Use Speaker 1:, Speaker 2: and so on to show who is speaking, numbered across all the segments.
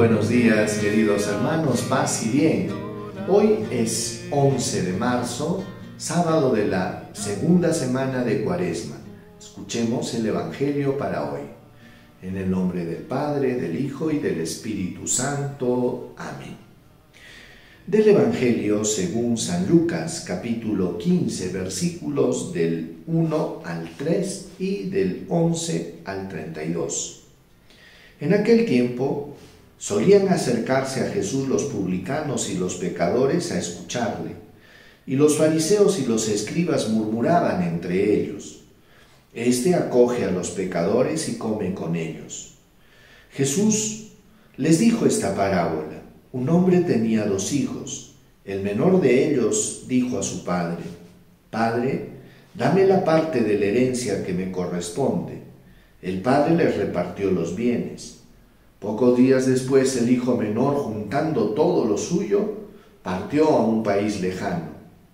Speaker 1: Buenos días, queridos hermanos, paz y bien. Hoy es 11 de marzo, sábado de la segunda semana de Cuaresma. Escuchemos el Evangelio para hoy. En el nombre del Padre, del Hijo y del Espíritu Santo. Amén. Del Evangelio según San Lucas, capítulo 15, versículos del 1 al 3 y del 11 al 32. En aquel tiempo solían acercarse a Jesús los publicanos y los pecadores a escucharle, y los fariseos y los escribas murmuraban entre ellos: Este acoge a los pecadores y come con ellos. Jesús les dijo esta parábola: Un hombre tenía 2 hijos. El menor de ellos dijo a su padre: Padre, dame la parte de la herencia que me corresponde. El padre les repartió los bienes. Pocos días después, el hijo menor, juntando todo lo suyo, partió a un país lejano,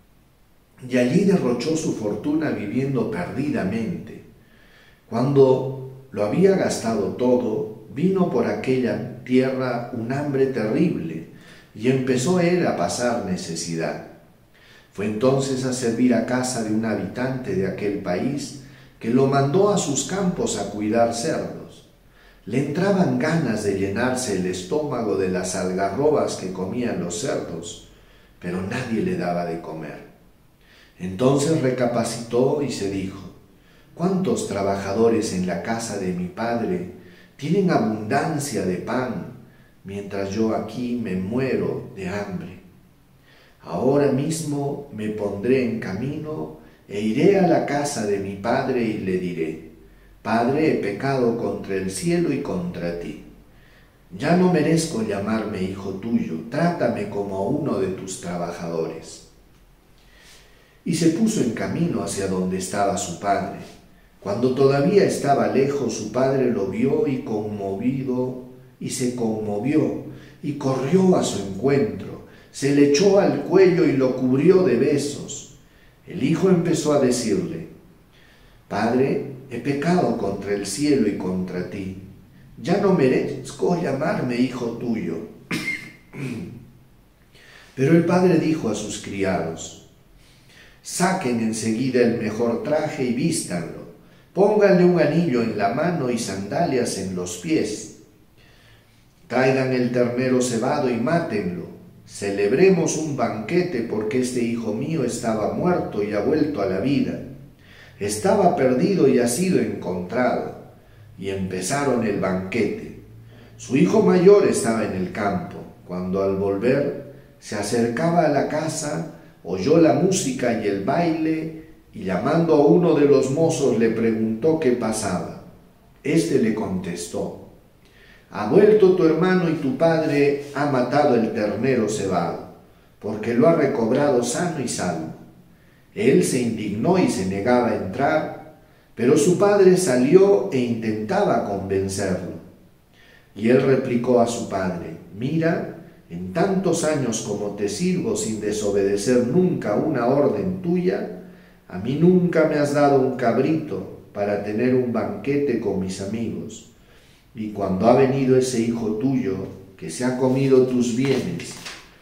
Speaker 1: y allí derrochó su fortuna viviendo perdidamente. Cuando lo había gastado todo, vino por aquella tierra un hambre terrible, y empezó él a pasar necesidad. Fue entonces a servir a casa de un habitante de aquel país, que lo mandó a sus campos a cuidar cerdos. Le entraban ganas de llenarse el estómago de las algarrobas que comían los cerdos, pero nadie le daba de comer. Entonces recapacitó y se dijo: ¿Cuántos trabajadores en la casa de mi padre tienen abundancia de pan, mientras yo aquí me muero de hambre? Ahora mismo me pondré en camino e iré a la casa de mi padre y le diré: Padre, he pecado contra el cielo y contra ti. Ya no merezco llamarme hijo tuyo, trátame como uno de tus trabajadores. Y se puso en camino hacia donde estaba su padre. Cuando todavía estaba lejos, su padre lo vio y se conmovió y corrió a su encuentro. Se le echó al cuello y lo cubrió de besos. El hijo empezó a decirle: Padre, he pecado contra el cielo y contra ti. Ya no merezco llamarme hijo tuyo. Pero el padre dijo a sus criados: Saquen enseguida el mejor traje y vístanlo. Pónganle un anillo en la mano y sandalias en los pies. Traigan el ternero cebado y mátenlo. Celebremos un banquete, porque este hijo mío estaba muerto y ha vuelto a la vida. Estaba perdido y ha sido encontrado. Y empezaron el banquete. Su hijo mayor estaba en el campo. Cuando al volver se acercaba a la casa, oyó la música y el baile, y llamando a uno de los mozos le preguntó qué pasaba. Este le contestó: Ha vuelto tu hermano y tu padre ha matado el ternero cebado, porque lo ha recobrado sano y salvo. Él se indignó y se negaba a entrar, pero su padre salió e intentaba convencerlo. Y él replicó a su padre: Mira, en tantos años como te sirvo sin desobedecer nunca una orden tuya, a mí nunca me has dado un cabrito para tener un banquete con mis amigos. Y cuando ha venido ese hijo tuyo, que se ha comido tus bienes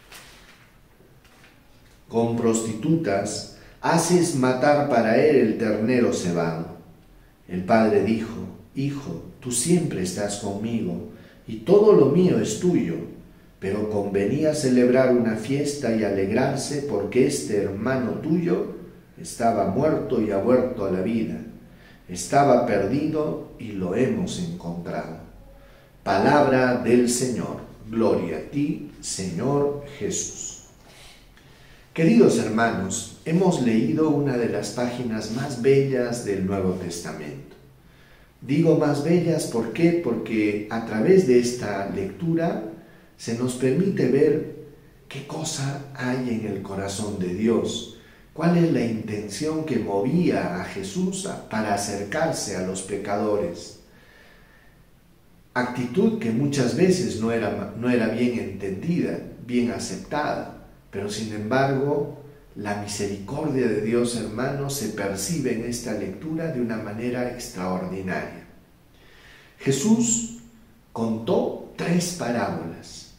Speaker 1: con prostitutas, haces matar para él el ternero cebado. El padre dijo: Hijo, tú siempre estás conmigo, y todo lo mío es tuyo, pero convenía celebrar una fiesta y alegrarse, porque este hermano tuyo estaba muerto y ha vuelto a la vida. Estaba perdido y lo hemos encontrado. Palabra del Señor. Gloria a ti, Señor Jesús. Queridos hermanos, hemos leído una de las páginas más bellas del Nuevo Testamento. Digo más bellas, ¿por qué? Porque a través de esta lectura se nos permite ver qué cosa hay en el corazón de Dios. ¿Cuál es la intención que movía a Jesús para acercarse a los pecadores? Actitud que muchas veces no era bien entendida, bien aceptada, pero sin embargo, la misericordia de Dios, hermanos, se percibe en esta lectura de una manera extraordinaria. Jesús contó tres parábolas: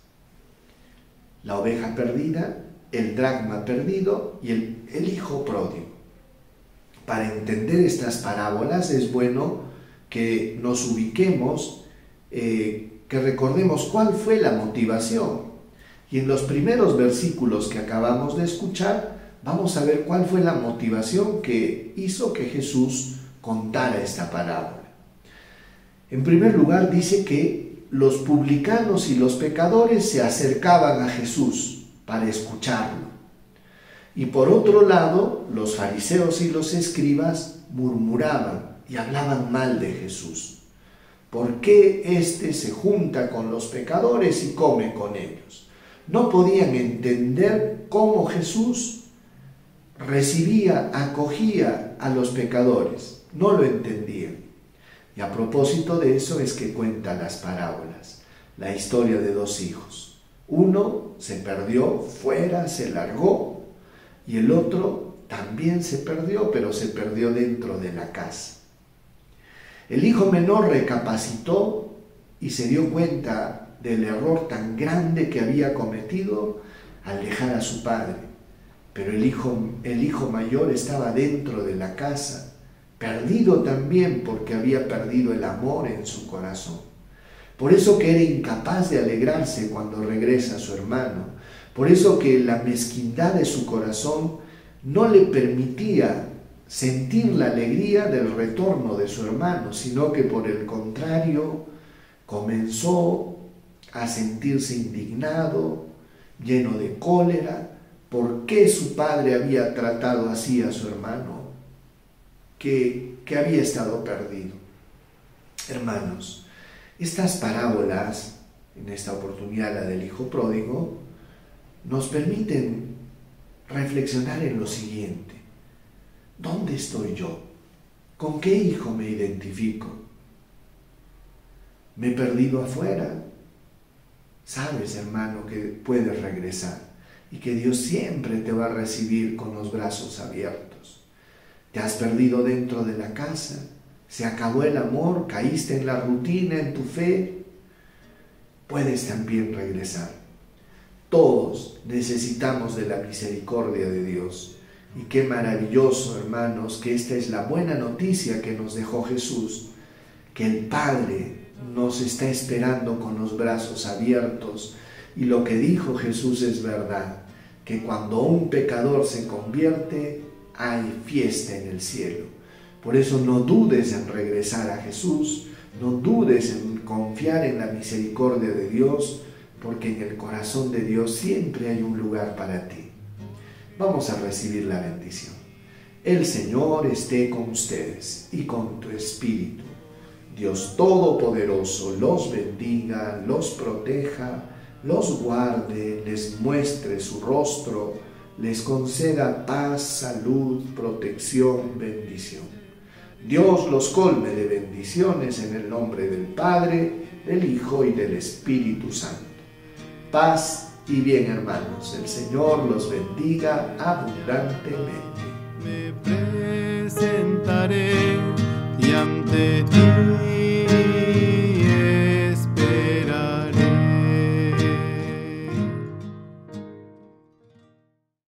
Speaker 1: la oveja perdida, el dracma perdido y el hijo pródigo. Para entender estas parábolas es bueno que nos ubiquemos, que recordemos cuál fue la motivación. Y en los primeros versículos que acabamos de escuchar, vamos a ver cuál fue la motivación que hizo que Jesús contara esta parábola. En primer lugar, dice que los publicanos y los pecadores se acercaban a Jesús para escucharlo. Y por otro lado, los fariseos y los escribas murmuraban y hablaban mal de Jesús. ¿Por qué éste se junta con los pecadores y come con ellos? No podían entender cómo Jesús recibía, acogía a los pecadores. No lo entendían. Y a propósito de eso es que cuenta las parábolas, la historia de dos hijos. Uno se perdió fuera, se largó, y el otro también se perdió, pero se perdió dentro de la casa. El hijo menor recapacitó y se dio cuenta del error tan grande que había cometido al dejar a su padre. Pero el hijo mayor estaba dentro de la casa, perdido también porque había perdido el amor en su corazón. Por eso que era incapaz de alegrarse cuando regresa su hermano. Por eso que la mezquindad de su corazón no le permitía sentir la alegría del retorno de su hermano, sino que por el contrario comenzó a sentirse indignado, lleno de cólera. ¿Por qué su padre había tratado así a su hermano que había estado perdido? Hermanos, estas parábolas, en esta oportunidad la del hijo pródigo, nos permiten reflexionar en lo siguiente: ¿dónde estoy yo? ¿Con qué hijo me identifico? ¿Me he perdido afuera? Sabes, hermano, que puedes regresar y que Dios siempre te va a recibir con los brazos abiertos. ¿Te has perdido dentro de la casa? ¿Se acabó el amor? ¿Caíste en la rutina, en tu fe? Puedes también regresar. Todos necesitamos de la misericordia de Dios. Y qué maravilloso, hermanos, que esta es la buena noticia que nos dejó Jesús, que el Padre nos está esperando con los brazos abiertos. Y lo que dijo Jesús es verdad, que cuando un pecador se convierte, hay fiesta en el cielo. Por eso no dudes en regresar a Jesús, no dudes en confiar en la misericordia de Dios, porque en el corazón de Dios siempre hay un lugar para ti. Vamos a recibir la bendición. El Señor esté con ustedes y con tu espíritu. Dios Todopoderoso los bendiga, los proteja, los guarde, les muestre su rostro, les conceda paz, salud, protección, bendición. Dios los colme de bendiciones en el nombre del Padre, del Hijo y del Espíritu Santo. Paz y bien, hermanos. El Señor los bendiga abundantemente.
Speaker 2: Me presentaré y ante ti